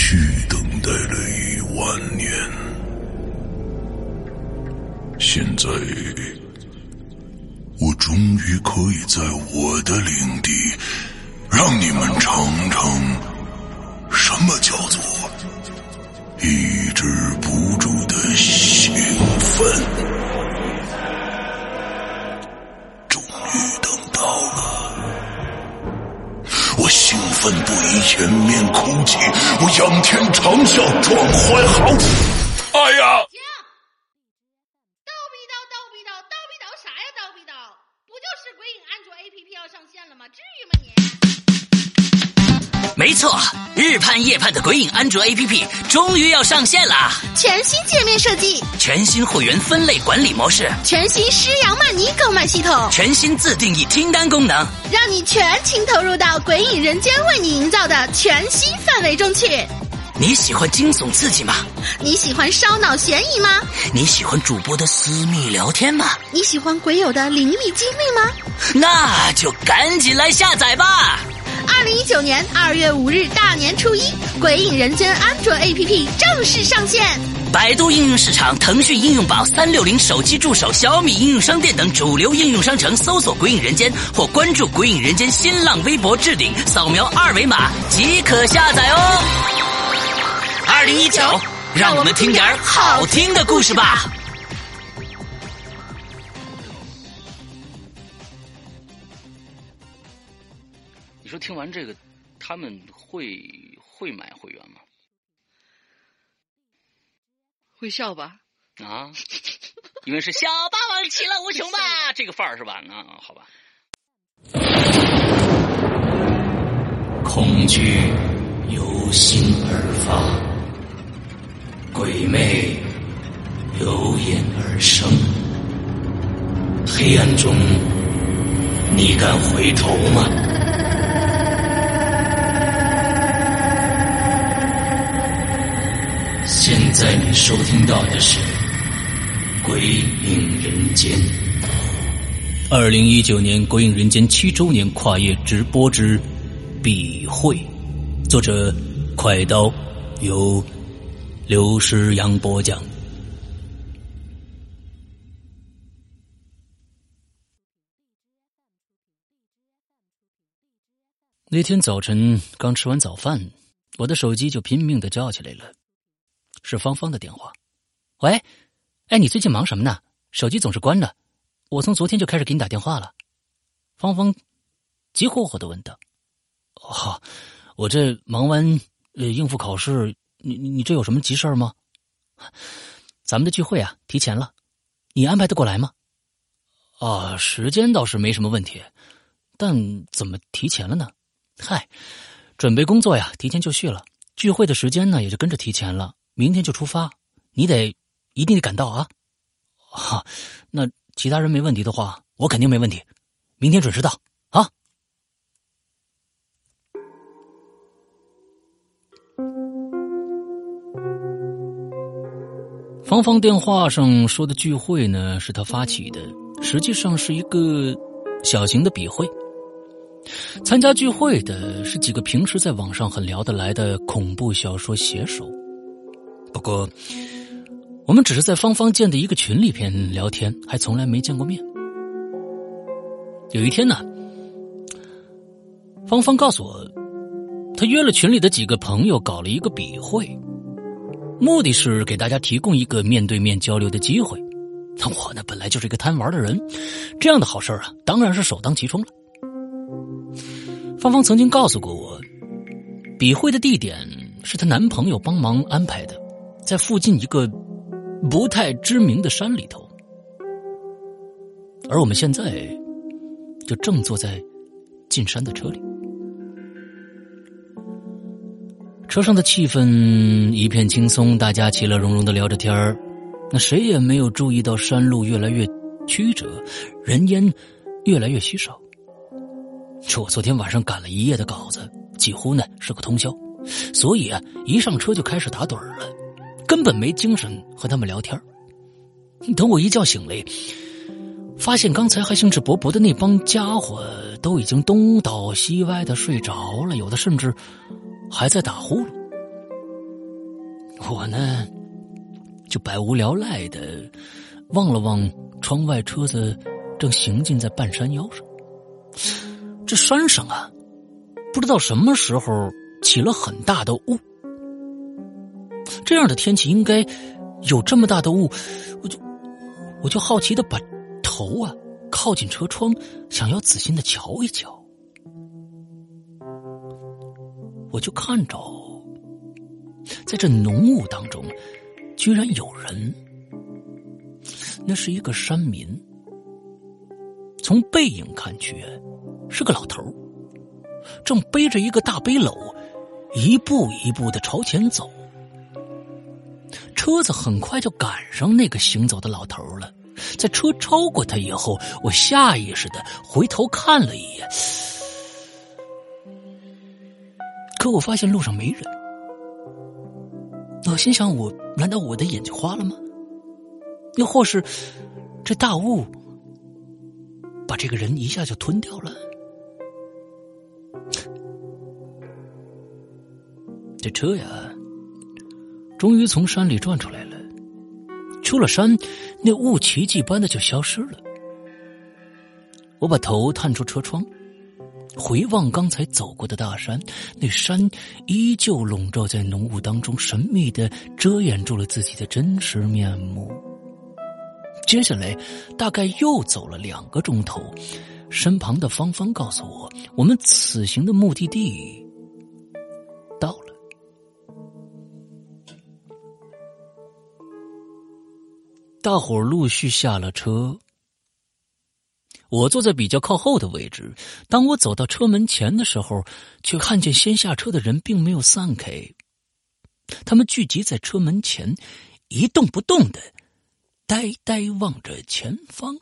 续等待了10000年，现在我终于可以在我的领地让你们尝尝什么叫做抑制不住的兴奋。终于等到了，我兴奋不已，掩面哭泣，我仰天长啸，壮怀豪情。哎呀！ 啥呀，叨逼叨？不就是鬼影安卓 APP 要上线了吗？至于吗你？ 没错，日盼夜盼的鬼影安卓 APP 终于要上线了。 全新界面设计， 全新会员分类管理模式， 全新施阳曼尼购买系统， 全新自定义清单功能， 让你全情投入到鬼影人间为你营造的全新氛围中去。 你喜欢惊悚刺激吗？ 你喜欢烧脑悬疑吗？ 你喜欢主播的私密聊天吗？ 你喜欢鬼友的灵异经历吗？ 那就赶紧来下载吧 ！2019年2月5日大年初一，鬼影人间安卓 APP 正式上线。 百度应用市场、腾讯应用宝、360手机助手、小米应用商店等主流应用商城搜索鬼影人间或关注鬼影人间新浪微博置顶，扫描2维码即可下载哦。2019，让我们听点好听的故事吧。你说听完这个，他们会买会员吗？ 会笑吧？ 啊，因为是小霸王其乐无穷吧，这个范儿是吧？啊，好吧。恐惧由心而发，鬼魅由眼而生。黑暗中，你敢回头吗？现在你收听到的是《鬼影人间》2019年《鬼影人间》7周年跨夜直播之笔会，作者快刀，由刘诗阳播讲。那天早晨刚吃完早饭，我的手机就拼命地叫起来了，是芳芳的电话。喂，哎，你最近忙什么呢？手机总是关着，我从昨天就开始给你打电话了。芳芳急火火地问道。哦，我这忙完应付考试，你这有什么急事吗？咱们的聚会啊提前了，你安排得过来吗？啊，时间倒是没什么问题，但怎么提前了呢？嗨，准备工作呀提前就绪了，聚会的时间呢也就跟着提前了，明天就出发，你一定得赶到啊。那其他人没问题的话，我肯定没问题，明天准时到啊。芳芳电话上说的聚会呢，是她发起的，实际上是一个小型的笔会。参加聚会的是几个平时在网上很聊得来的恐怖小说写手，不过我们只是在芳芳建的一个群里边聊天，还从来没见过面。有一天呢，芳芳告诉我，她约了群里的几个朋友搞了一个笔会，目的是给大家提供一个面对面交流的机会。我呢本来就是一个贪玩的人，这样的好事啊，当然是首当其冲了。芳芳曾经告诉过我，笔会的地点是她男朋友帮忙安排的，在附近一个不太知名的山里头。而我们现在就正坐在进山的车里，车上的气氛一片轻松，大家其乐融融地聊着天儿。那谁也没有注意到山路越来越曲折，人烟越来越稀少。这我昨天晚上赶了一夜的稿子，几乎呢是个通宵，所以啊一上车就开始打盹了，根本没精神和他们聊天。等我一觉醒来，发现刚才还兴致勃勃的那帮家伙都已经东倒西歪的睡着了，有的甚至还在打呼噜。 我呢就百无聊赖的望了望窗外，车子正行进在半山腰上。这山上啊，不知道什么时候起了很大的雾。这样的天气应该有这么大的雾，我就好奇的把头啊靠近车窗，想要仔细的瞧一瞧。我就看着在这浓雾当中居然有人，那是一个山民，从背影看去是个老头，正背着一个大背篓，一步一步的朝前走。车子很快就赶上那个行走的老头了，在车超过他以后，我下意识的回头看了一眼，可我发现路上没人。我心想，难道我的眼睛花了吗？又或是这大雾把这个人一下就吞掉了？这车呀终于从山里转出来了，出了山，那雾奇迹般的就消失了。我把头探出车窗，回望刚才走过的大山，那山依旧笼罩在浓雾当中，神秘的遮掩住了自己的真实面目。接下来大概又走了2个钟头，身旁的芳芳告诉我，我们此行的目的地到了。大伙儿陆续下了车，我坐在比较靠后的位置。当我走到车门前的时候，却看见先下车的人并没有散开，他们聚集在车门前，一动不动的呆呆望着前方。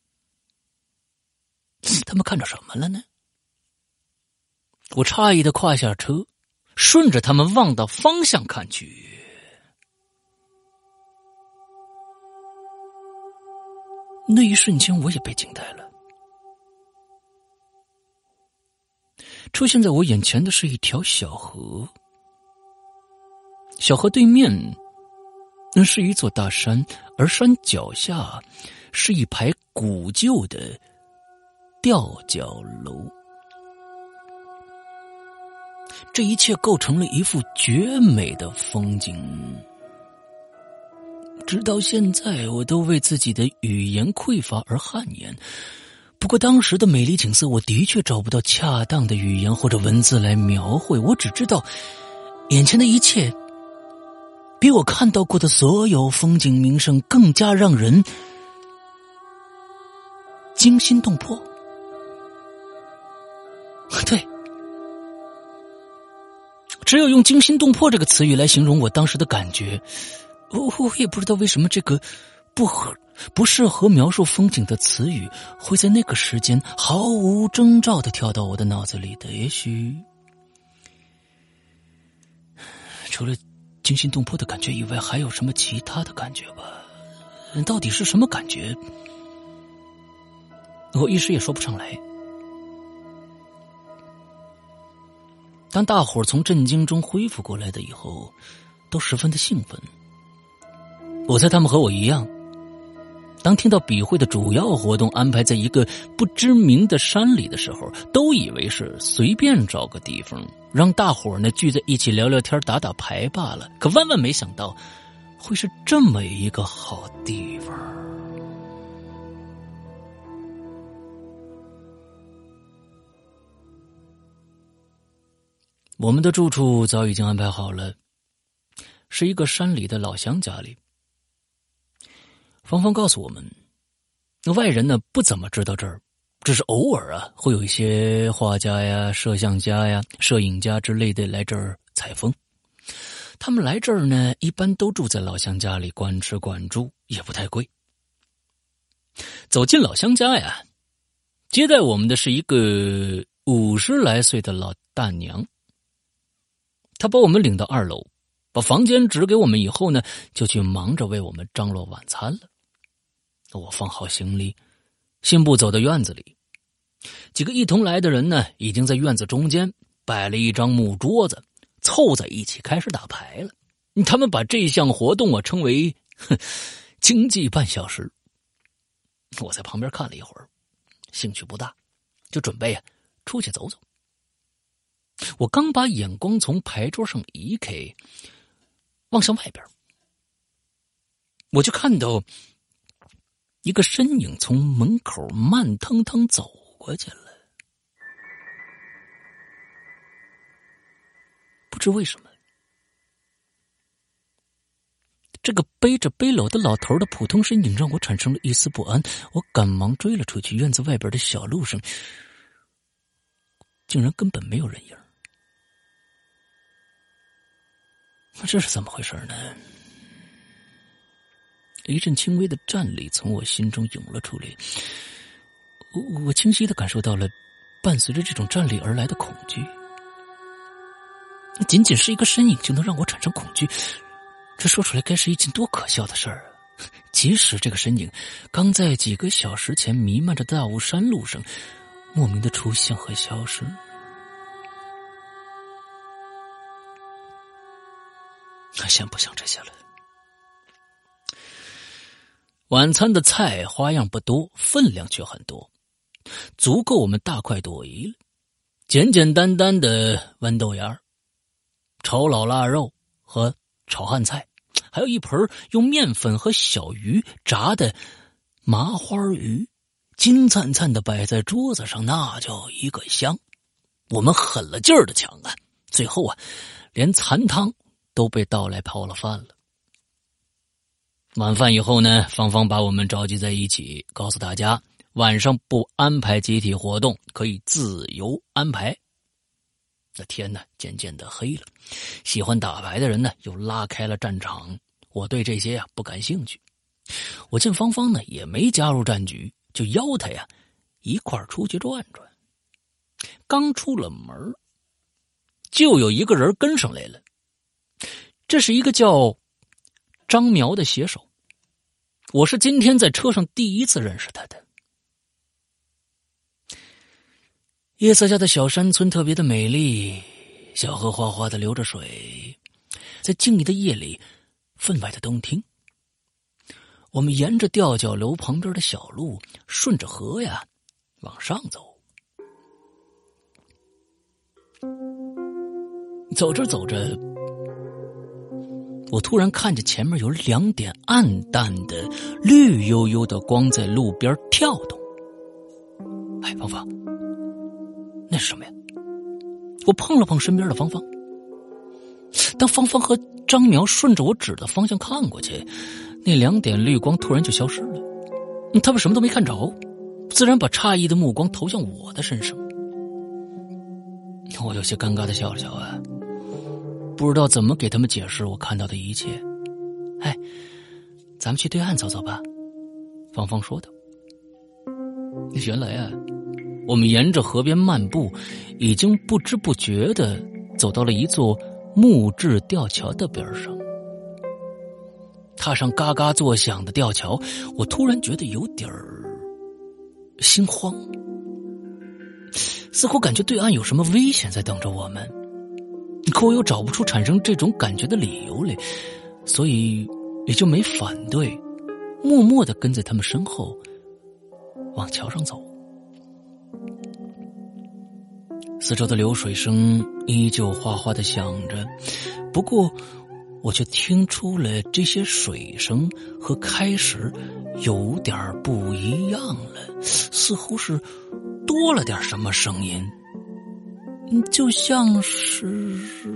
他们看着什么了呢？我诧异的跨下车，顺着他们望到方向看去，那一瞬间我也被惊呆了。出现在我眼前的是一条小河，小河对面那是一座大山，而山脚下是一排古旧的吊脚楼。这一切构成了一幅绝美的风景。直到现在，我都为自己的语言匮乏而汗颜。不过当时的美丽景色，我的确找不到恰当的语言或者文字来描绘。我只知道，眼前的一切比我看到过的所有风景名胜更加让人惊心动魄。对，只有用惊心动魄这个词语来形容我当时的感觉。我也不知道为什么这个不适合描述风景的词语会在那个时间毫无征兆地跳到我的脑子里的。也许除了惊心动魄的感觉以外，还有什么其他的感觉吧？到底是什么感觉？我一时也说不上来。当大伙儿从震惊中恢复过来的以后，都十分的兴奋。我猜他们和我一样，当听到笔会的主要活动安排在一个不知名的山里的时候，都以为是随便找个地方让大伙儿呢聚在一起聊聊天打打牌罢了，可万万没想到会是这么一个好地方。我们的住处早已经安排好了，是一个山里的老乡家里。芳芳告诉我们，外人呢不怎么知道这儿，只是偶尔啊会有一些画家呀、摄像家呀、摄影家之类的来这儿采风。他们来这儿呢，一般都住在老乡家里，管吃管住，也不太贵。走进老乡家呀，接待我们的是一个50来岁的老大娘。她把我们领到2楼，把房间指给我们以后呢，就去忙着为我们张罗晚餐了。我放好行李，信步走到院子里。几个一同来的人呢，已经在院子中间摆了一张木桌子，凑在一起开始打牌了。 他们把这项活动称为经济半小时。我在旁边看了一会儿，兴趣不大，就准备出去走走。我刚把眼光从牌桌上移开，望向外边，我就看到一个身影从门口慢腾腾走过去了。不知为什么，这个背着背篓的老头的普通身影让我产生了一丝不安。我赶忙追了出去，院子外边的小路上竟然根本没有人影。这是怎么回事呢？一阵轻微的战栗从我心中涌了出来，我清晰地感受到了伴随着这种战栗而来的恐惧。仅仅是一个身影就能让我产生恐惧，这说出来该是一件多可笑的事儿啊！即使这个身影刚在几个小时前弥漫着大雾山路上莫名的出现和消失。先不想这些了。晚餐的菜花样不多，分量却很多，足够我们大快朵颐了。简简单单的豌豆芽、炒老腊肉和炒汉菜，还有一盆用面粉和小鱼炸的麻花鱼，金灿灿的摆在桌子上，那叫一个香。我们狠了劲儿的抢啊，最后连残汤都被倒来泡了饭了。晚饭以后呢，芳芳把我们召集在一起，告诉大家晚上不安排集体活动，可以自由安排。那天呢，渐渐的黑了，喜欢打牌的人呢又拉开了战场，我对这些不感兴趣。我见芳芳呢也没加入战局，就邀她一块儿出去转转。刚出了门，就有一个人跟上来了。这是一个叫张苗的写手，我是今天在车上第一次认识他的。夜色下的小山村特别的美丽，小河哗哗的流着水，在静谧的夜里分外的动听。我们沿着吊脚楼旁边的小路，顺着河往上走。走着走着，我突然看见前面有2点暗淡的绿油油的光在路边跳动。哎，芳芳，那是什么呀？我碰了碰身边的芳芳。当芳芳和张苗顺着我指的方向看过去，那2点绿光突然就消失了。他们什么都没看着，自然把诧异的目光投向我的身上。我有些尴尬的笑了笑不知道怎么给他们解释我看到的一切。哎，咱们去对岸走走吧，芳芳说道。原来我们沿着河边漫步，已经不知不觉地走到了一座木质吊桥的边上。踏上嘎嘎作响的吊桥，我突然觉得有点心慌，似乎感觉对岸有什么危险在等着我们，可我又找不出产生这种感觉的理由来，所以也就没反对，默默地跟在他们身后往桥上走。四周的流水声依旧哗哗地响着，不过我却听出了这些水声和开始有点不一样了，似乎是多了点什么声音，就像是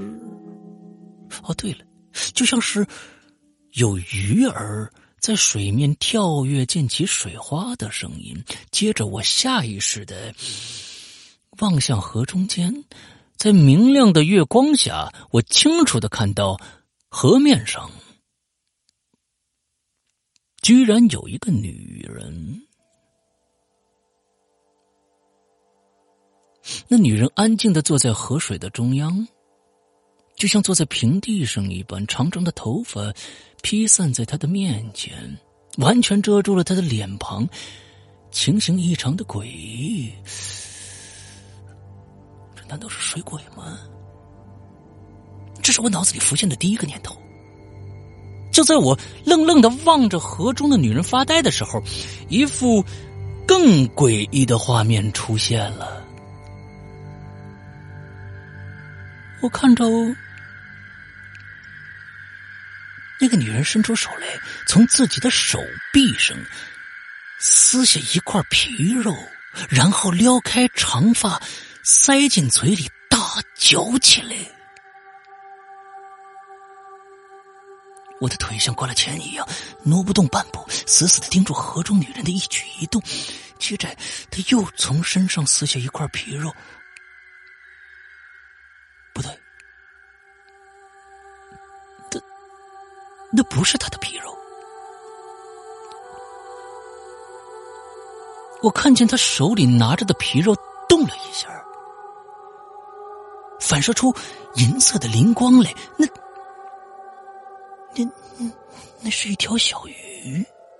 对了，就像是有鱼儿在水面跳跃溅起水花的声音。接着我下意识地望向河中间，在明亮的月光下，我清楚地看到河面上居然有一个女人。那女人安静地坐在河水的中央，就像坐在平地上一般，长长的头发披散在她的面前，完全遮住了她的脸庞，情形异常的诡异。这难道是水鬼吗？这是我脑子里浮现的第一个念头。 就在我愣愣地望着河中的女人发呆的时候，一副更诡异的画面出现了。我看着那个女人伸出手来，从自己的手臂上撕下一块皮肉，然后撩开长发塞进嘴里大嚼起来。我的腿像灌了铅一样挪不动半步，死死地盯住河中女人的一举一动。接着她又从身上撕下一块皮肉，不对，那不是她的皮肉。我看见她手里拿着的皮肉动了一下，反射出银色的灵光来。那是一条小鱼。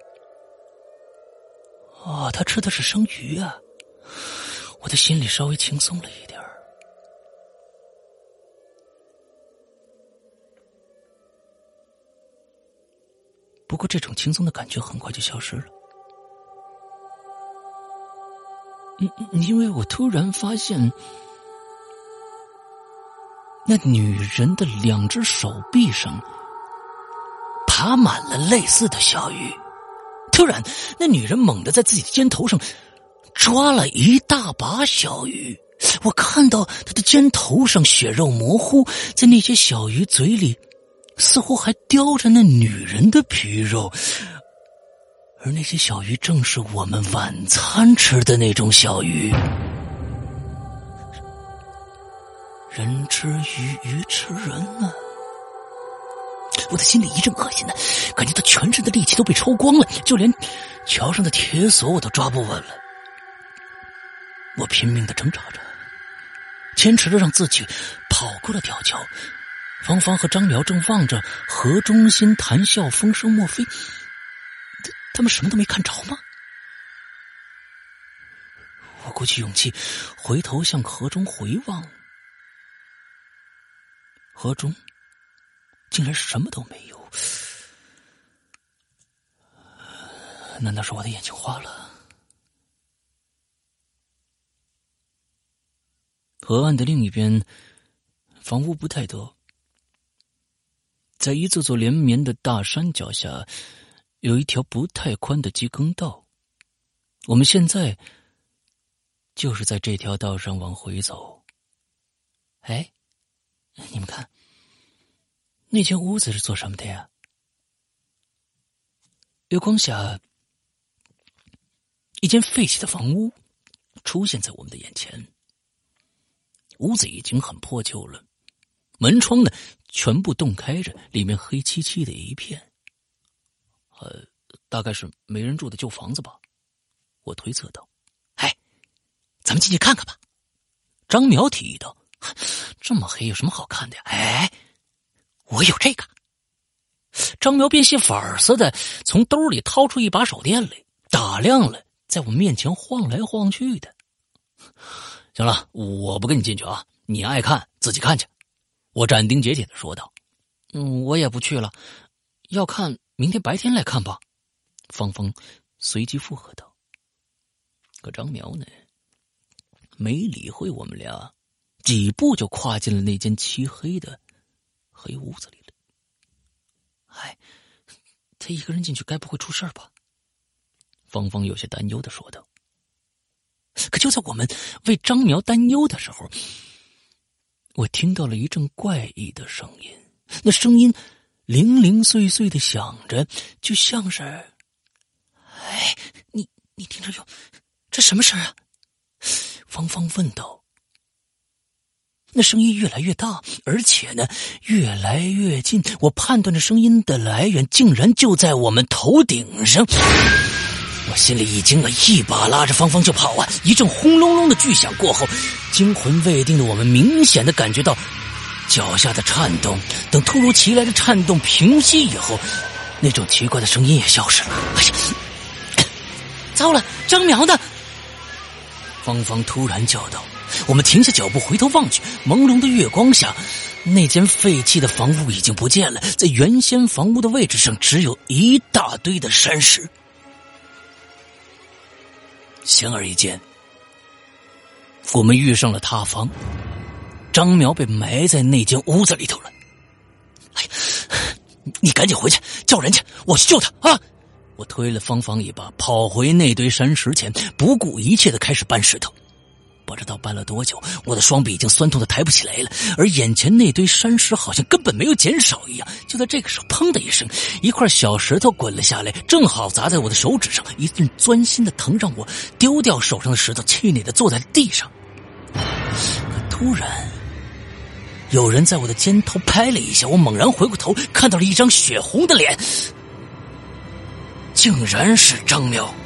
他吃的是生鱼啊！我的心里稍微轻松了一点。不过这种轻松的感觉很快就消失了。因为我突然发现，那女人的2只手臂上爬满了类似的小鱼。突然，那女人猛地在自己的肩头上抓了一大把小鱼。我看到她的肩头上血肉模糊，在那些小鱼嘴里似乎还叼着那女人的皮肉，而那些小鱼正是我们晚餐吃的那种小鱼。人吃鱼，鱼吃人啊！我的心里一阵恶心的，感觉到全身的力气都被抽光了，就连桥上的铁索我都抓不稳了。我拼命地挣扎着，坚持着让自己跑过了吊桥。芳芳和张苗正望着河中心谈笑风生墨飞，他们什么都没看着吗？我鼓起勇气回头向河中回望，河中竟然什么都没有。难道是我的眼睛花了？河岸的另一边，房屋不太多。在一座座连绵的大山脚下，有一条不太宽的机耕道。我们现在就是在这条道上往回走。哎，你们看，那间屋子是做什么的呀？月光下，一间废弃的房屋出现在我们的眼前。屋子已经很破旧了，门窗呢全部洞开着，里面黑漆漆的一片。大概是没人住的旧房子吧，我推测道。哎，咱们进去看看吧，张苗提议道。这么黑有什么好看的呀？哎，我有这个。张苗变戏法似的从兜里掏出一把手电来，打亮了，在我面前晃来晃去的。行了，我不跟你进去啊，你爱看自己看去。我斩钉截铁地说道。我也不去了，要看明天白天来看吧。芳芳随即附和道。可张苗呢，没理会我们俩，几步就跨进了那间漆黑的黑屋子里了。哎，他一个人进去该不会出事吧？芳芳有些担忧地说道。可就在我们为张苗担忧的时候，我听到了一阵怪异的声音，那声音零零碎碎的响着，就像是……哎，你听着哟，这什么声啊？芳芳问道。那声音越来越大，而且呢越来越近，我判断着声音的来源竟然就在我们头顶上。我心里一惊啊，一把拉着芳芳就跑啊！一阵轰隆隆的巨响过后，惊魂未定的我们明显的感觉到脚下的颤动。等突如其来的颤动平息以后，那种奇怪的声音也消失了。哎呀，糟了，张苗呢？芳芳突然叫道。我们停下脚步回头望去，朦胧的月光下， 那间废弃的房屋已经不见了，在原先房屋的位置上只有一大堆的山石。显而易见，我们遇上了塌方，张苗被埋在那间屋子里头了。哎呀，你赶紧回去叫人家，我去救他啊！我推了芳芳一把，跑回那堆山石前，不顾一切的开始搬石头。不知道搬了多久，我的双臂已经酸痛的抬不起来了，而眼前那堆山石好像根本没有减少一样。就在这个时候，砰的一声，一块小石头滚了下来，正好砸在我的手指上，一阵钻心的疼让我丢掉手上的石头，气馁的坐在地上。可突然有人在我的肩头拍了一下，我猛然回过头，看到了一张血红的脸，竟然是张苗。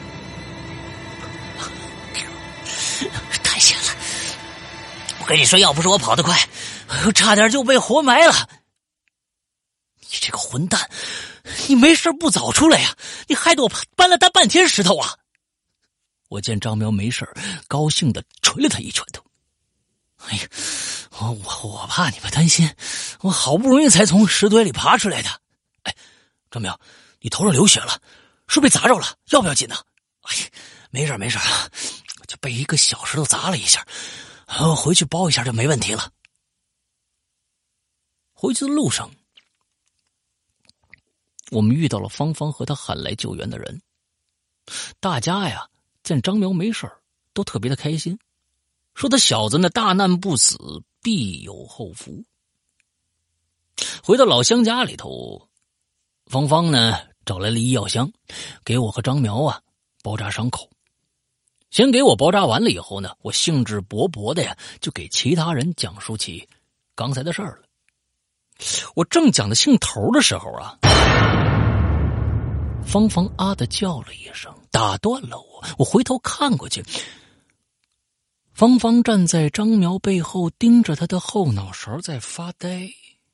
太险了！我跟你说，要不是我跑得快，我差点就被活埋了。你这个混蛋，你没事不早出来呀？你害得我搬了大半天石头啊！我见张苗没事，高兴的捶了他一拳头。哎呀，我怕你们担心，我好不容易才从石堆里爬出来的。哎，张苗，你头上流血了，是被砸着了，要不要紧呢？哎，没事没事，就被一个小石头砸了一下，回去包一下就没问题了。回去的路上，我们遇到了芳芳和她喊来救援的人。大家呀，见张苗没事都特别的开心，说他小子呢大难不死，必有后福。回到老乡家里头，芳芳呢找来了医药箱，给我和张苗啊包扎伤口。先给我包扎完了以后呢，我兴致勃勃的呀就给其他人讲述起刚才的事儿了。我正讲的兴头的时候啊，芳芳啊的叫了一声，打断了我。我回头看过去，芳芳站在张苗背后，盯着他的后脑勺在发呆。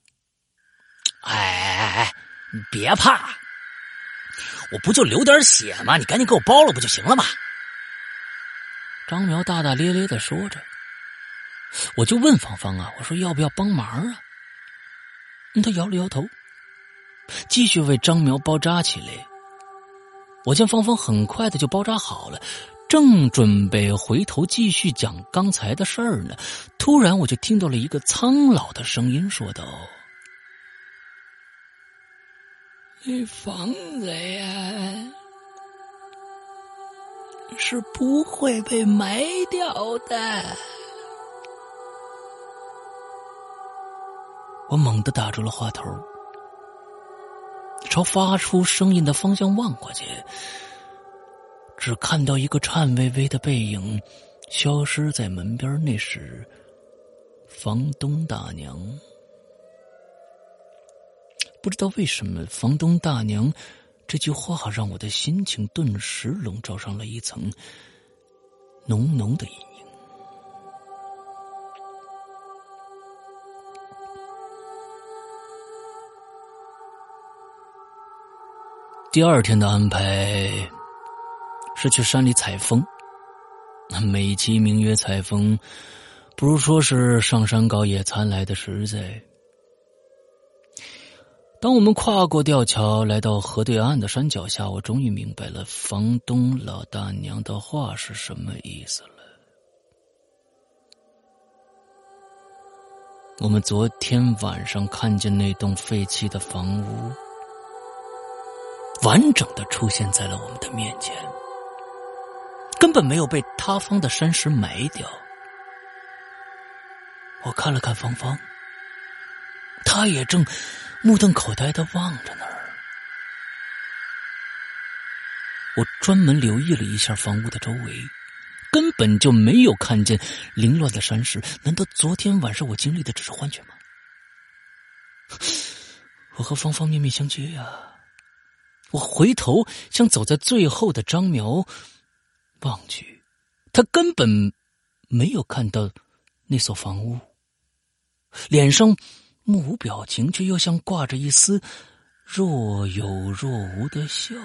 哎，你别怕，我不就流点血吗？你赶紧给我包了不就行了吗？张苗大大咧咧的说着。我就问芳芳啊，我说要不要帮忙啊？他摇了摇头，继续为张苗包扎起来。我见芳芳很快的就包扎好了，正准备回头继续讲刚才的事儿呢，突然我就听到了一个苍老的声音说道：那房子呀是不会被埋掉的。我猛地打住了话头，朝发出声音的方向望过去，只看到一个颤巍巍的背影消失在门边，那是房东大娘。不知道为什么，房东大娘这句话让我的心情顿时笼罩上了一层浓浓的阴影。第二天的安排是去山里采风，美其名曰采风，不如说是上山搞野餐来的实在。当我们跨过吊桥来到河对岸的山脚下，我终于明白了房东老大娘的话是什么意思了。我们昨天晚上看见那栋废弃的房屋完整的出现在了我们的面前，根本没有被塌方的山石埋掉。我看了看芳芳，她也正目瞪口呆地望着那儿。我专门留意了一下房屋的周围，根本就没有看见凌乱的山石。难道昨天晚上我经历的只是幻觉吗？我和芳芳面面相觑啊。我回头向走在最后的张苗望去，他根本没有看到那所房屋，脸上目无表情，却又像挂着一丝若有若无的笑。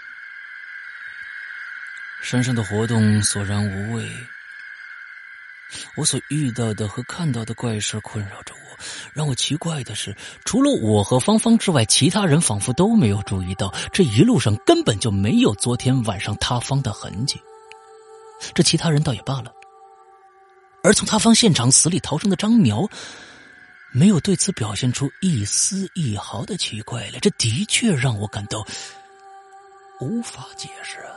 山上的活动索然无味， 我所遇到的和看到的怪事困扰着我。让我奇怪的是，除了我和芳芳之外，其他人仿佛都没有注意到，这一路上根本就没有昨天晚上塌方的痕迹。这其他人倒也罢了，而从塌方现场死里逃生的张苗没有对此表现出一丝一毫的奇怪来，这的确让我感到无法解释啊。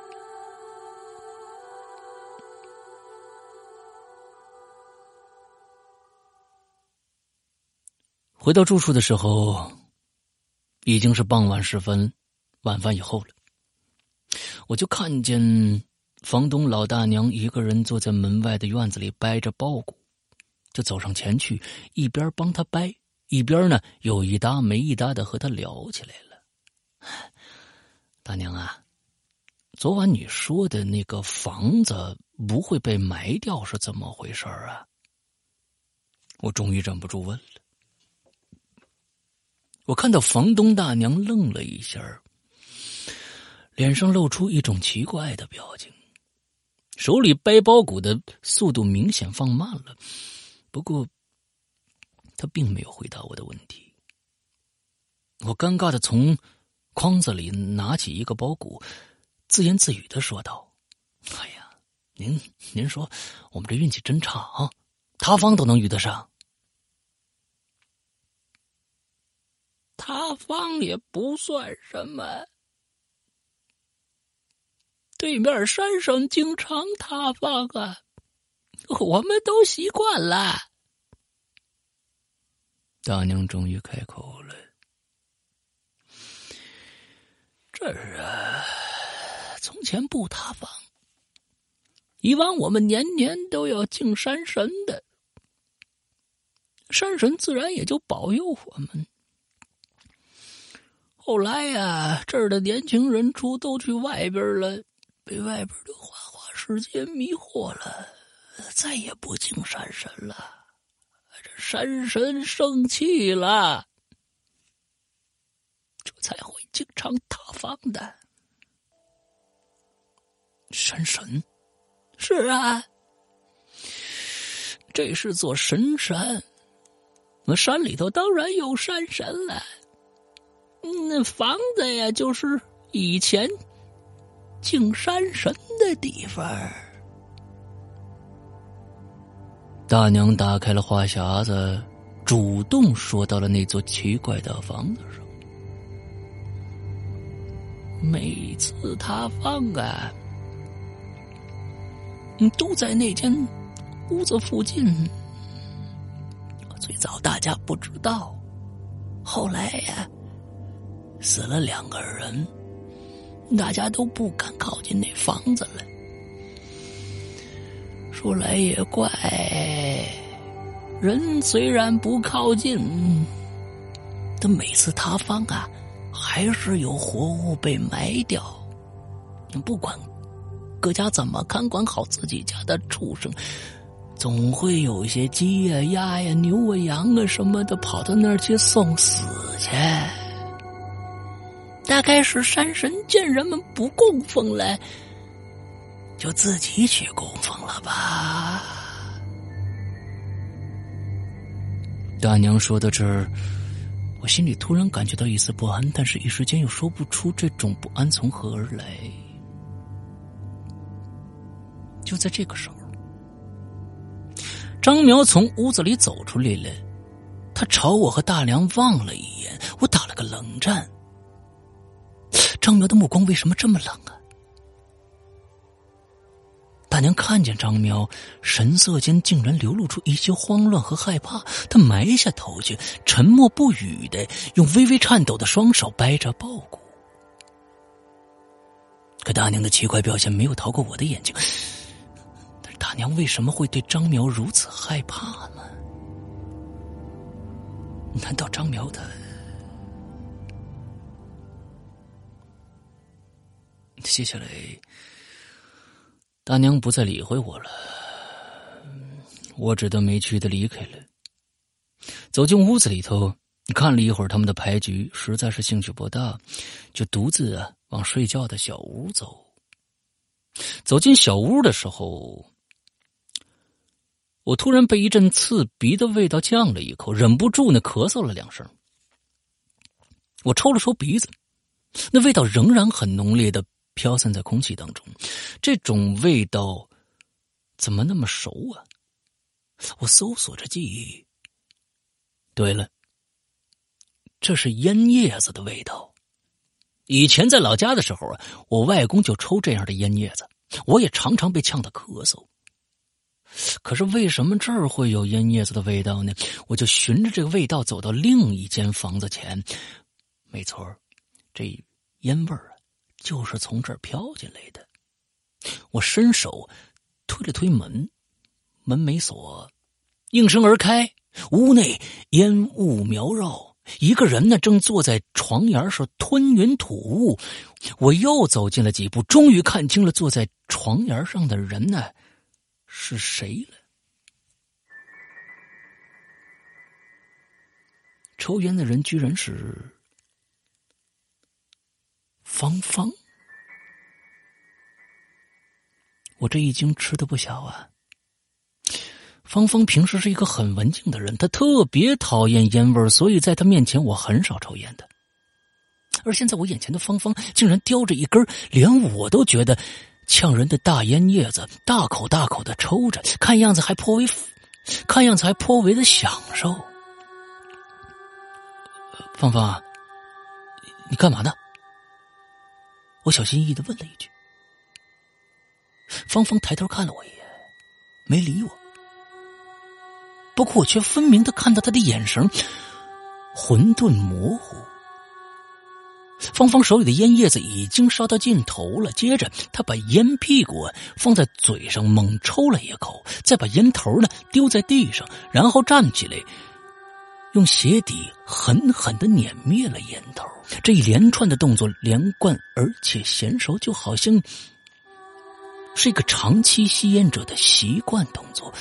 回到住处的时候，已经是傍晚时分，晚饭以后了。我就看见房东老大娘一个人坐在门外的院子里掰着包谷，就走上前去，一边帮她掰，一边呢有一搭没一搭的和她聊起来了。大娘啊，昨晚你说的那个房子不会被埋掉是怎么回事啊？我终于忍不住问了。我看到房东大娘愣了一下，脸上露出一种奇怪的表情，手里掰包谷的速度明显放慢了。不过她并没有回答我的问题。我尴尬的从筐子里拿起一个包谷，自言自语的说道：哎呀，您说我们这运气真差啊，塌方都能遇得上。塌方也不算什么，对面山上经常塌方啊，我们都习惯了。大娘终于开口了：这儿啊，从前不塌方，以往我们年年都要敬山神的，山神自然也就保佑我们。后来呀，这儿的年轻人都去外边了，被外边的花花世界迷惑了，再也不敬山神了。这山神生气了，这才会经常塌方的。山神？是啊，这是座神山，那山里头当然有山神了。那房子呀，就是以前敬山神的地方。大娘打开了话匣子，主动说到了那座奇怪的房子上。每次塌方啊，都在那间屋子附近。最早大家不知道，后来呀，死了2个人，大家都不敢靠近那房子了。说来也怪，人虽然不靠近，但每次塌方啊，还是有活物被埋掉。不管各家怎么看管好自己家的畜生，总会有一些鸡呀、鸭呀、牛啊、羊啊什么的跑到那儿去送死去。大概是山神见人们不供奉了，就自己去供奉了吧。大娘说到这儿，我心里突然感觉到一丝不安，但是一时间又说不出这种不安从何而来。就在这个时候，张苗从屋子里走出来了，他朝我和大娘望了一眼，我打了个冷战。张苗的目光为什么这么冷啊？大娘看见张苗，神色间竟然流露出一些慌乱和害怕，她埋下头去，沉默不语的用微微颤抖的双手掰着包谷。可大娘的奇怪表现没有逃过我的眼睛，但是大娘为什么会对张苗如此害怕呢？难道张苗的接下来大娘不再理会我了，我只得没趣的离开了。走进屋子里头，看了一会儿他们的牌局，实在是兴趣不大，就独自往睡觉的小屋走。走进小屋的时候， 我突然被一阵刺鼻的味道呛了一口，忍不住呢咳嗽了2声。我抽了抽鼻子，那味道仍然很浓烈的飘散在空气当中。这种味道怎么那么熟啊？我搜索着记忆。对了，这是烟叶子的味道。以前在老家的时候啊，我外公就抽这样的烟叶子，我也常常被呛得咳嗽。可是为什么这儿会有烟叶子的味道呢？我就循着这个味道走到另一间房子前。没错，这烟味儿就是从这儿飘进来的。我伸手推了推门，门没锁，应声而开。屋内烟雾缭绕，一个人呢正坐在床沿上吞云吐雾。我又走近了几步，终于看清了坐在床沿上的人呢是谁了。抽烟的人居然是芳芳。我这一惊吃得不小啊。芳芳平时是一个很文静的人，她特别讨厌烟味，所以在她面前我很少抽烟的。而现在我眼前的芳芳竟然叼着一根连我都觉得呛人的大烟叶子，大口大口的抽着，看样子还颇为的享受。芳芳，你干嘛呢？我小心翼翼地问了一句。芳芳抬头看了我一眼，没理我。不过我却分明地看到她的眼神混沌模糊。芳芳手里的烟叶子已经烧到尽头了，接着她把烟屁股放在嘴上猛抽了一口，再把烟头呢丢在地上，然后站起来用鞋底狠狠地碾灭了烟头。这一连串的动作连贯而且娴熟，就好像是一个长期吸烟者的习惯动作。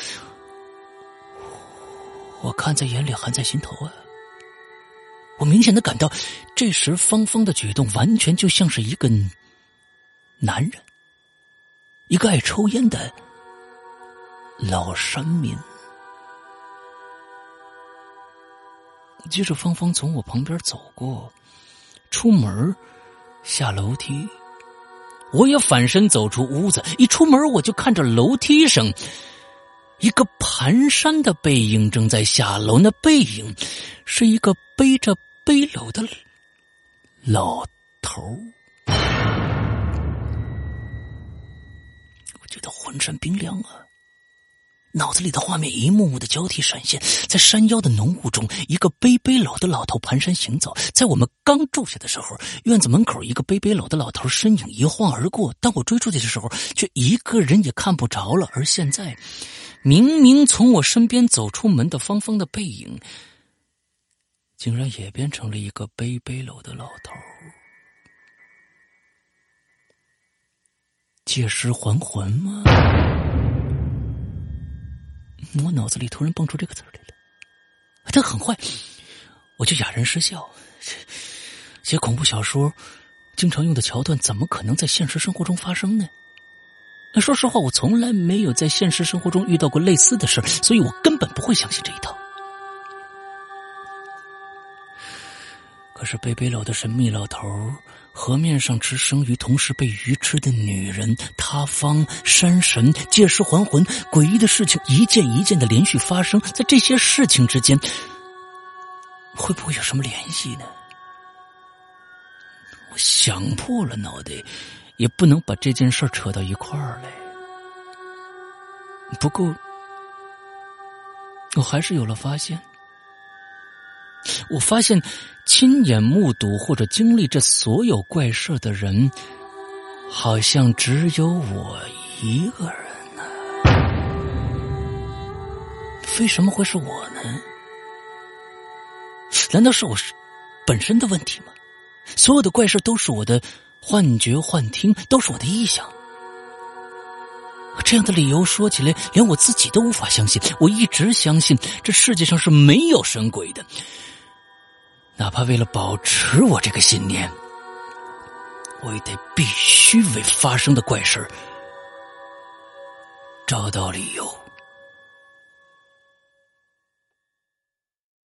我看在眼里，含在心头啊！我明显的感到，这时芳芳的举动完全就像是一个男人，一个爱抽烟的老山民。接着芳芳从我旁边走过，出门下楼梯，我也反身走出屋子。一出门我就看着楼梯上一个蹒跚的背影正在下楼，那背影是一个背着背篓的老头。我觉得浑身冰凉啊，脑子里的画面一幕幕的交替闪现。在山腰的浓雾中，一个背背篓的老头蹒跚行走。在我们刚住下的时候，院子门口一个背背篓的老头身影一晃而过，当我追出去的时候，却一个人也看不着了。而现在明明从我身边走出门的芳芳的背影，竟然也变成了一个背背篓的老头。借尸还魂吗？我脑子里突然蹦出这个词来了，但很快我就哑然失笑。写恐怖小说经常用的桥段，怎么可能在现实生活中发生呢？说实话，我从来没有在现实生活中遇到过类似的事，所以我根本不会相信这一套。可是背背篓的神秘老头，河面上只生鱼同时被鱼吃的女人，塌方、山神、借尸还魂，诡异的事情一件一件的连续发生。在这些事情之间，会不会有什么联系呢？我想破了脑袋也不能把这件事扯到一块儿来。不过我还是有了发现。我发现亲眼目睹或者经历这所有怪事的人，好像只有我一个人呢。为什么会是我呢？难道是我本身的问题吗？所有的怪事都是我的幻觉幻听，都是我的臆想。这样的理由说起来连我自己都无法相信。我一直相信这世界上是没有神鬼的，哪怕为了保持我这个信念，我也得必须为发生的怪事找到理由。